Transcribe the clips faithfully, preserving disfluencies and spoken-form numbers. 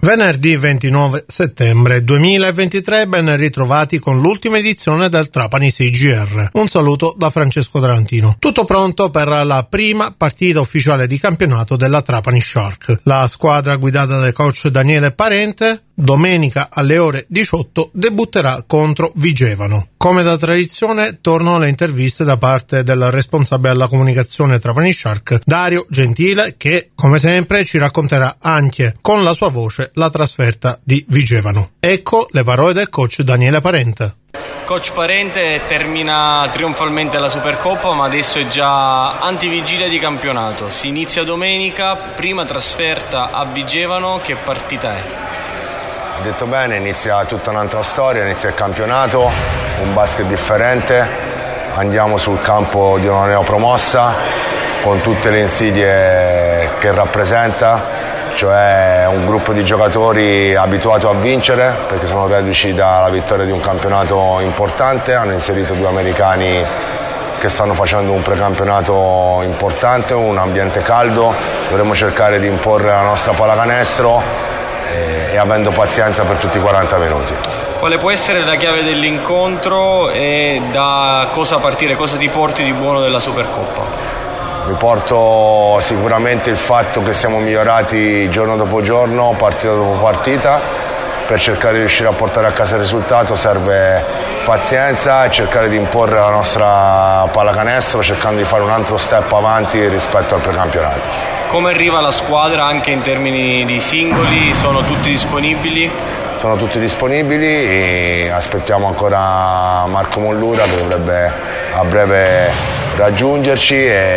Venerdì ventinove settembre duemilaventitré, ben ritrovati con l'ultima edizione del Trapani C G R. Un saluto da Francesco Tarantino. Tutto pronto per la prima partita ufficiale di campionato della Trapani Shark. La squadra guidata dal coach Daniele Parente domenica alle ore diciotto debutterà contro Vigevano. Come da tradizione tornano le interviste da parte del responsabile della comunicazione Trapani Shark, Dario Gentile, che come sempre ci racconterà anche con la sua voce la trasferta di Vigevano. Ecco le parole del coach Daniele Parente. Coach Parente, termina trionfalmente la Supercoppa, ma adesso è già antivigilia di campionato. Si inizia domenica, prima trasferta a Vigevano. Che partita è? Detto bene, inizia tutta un'altra storia, inizia il campionato, un basket differente, andiamo sul campo di una neopromossa con tutte le insidie che rappresenta, cioè un gruppo di giocatori abituato a vincere perché sono reduci dalla vittoria di un campionato importante, hanno inserito due americani che stanno facendo un precampionato importante, un ambiente caldo, dovremo cercare di imporre la nostra pallacanestro e avendo pazienza per tutti i quaranta minuti. Quale può essere la chiave dell'incontro e da cosa partire, cosa ti porti di buono della Supercoppa? Mi porto sicuramente il fatto che siamo migliorati giorno dopo giorno, partita dopo partita. Per cercare di riuscire a portare a casa il risultato serve pazienza e cercare di imporre la nostra pallacanestro cercando di fare un altro step avanti rispetto al precampionato. Come arriva la squadra anche in termini di singoli? Sono tutti disponibili? Sono tutti disponibili e aspettiamo ancora Marco Mollura che dovrebbe a breve raggiungerci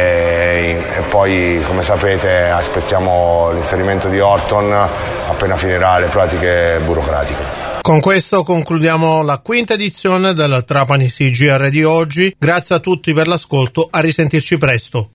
e, e poi, come sapete, aspettiamo l'inserimento di Orton appena finirà le pratiche burocratiche. Con questo concludiamo la quinta edizione del Trapani C G R di oggi. Grazie a tutti per l'ascolto, a risentirci presto.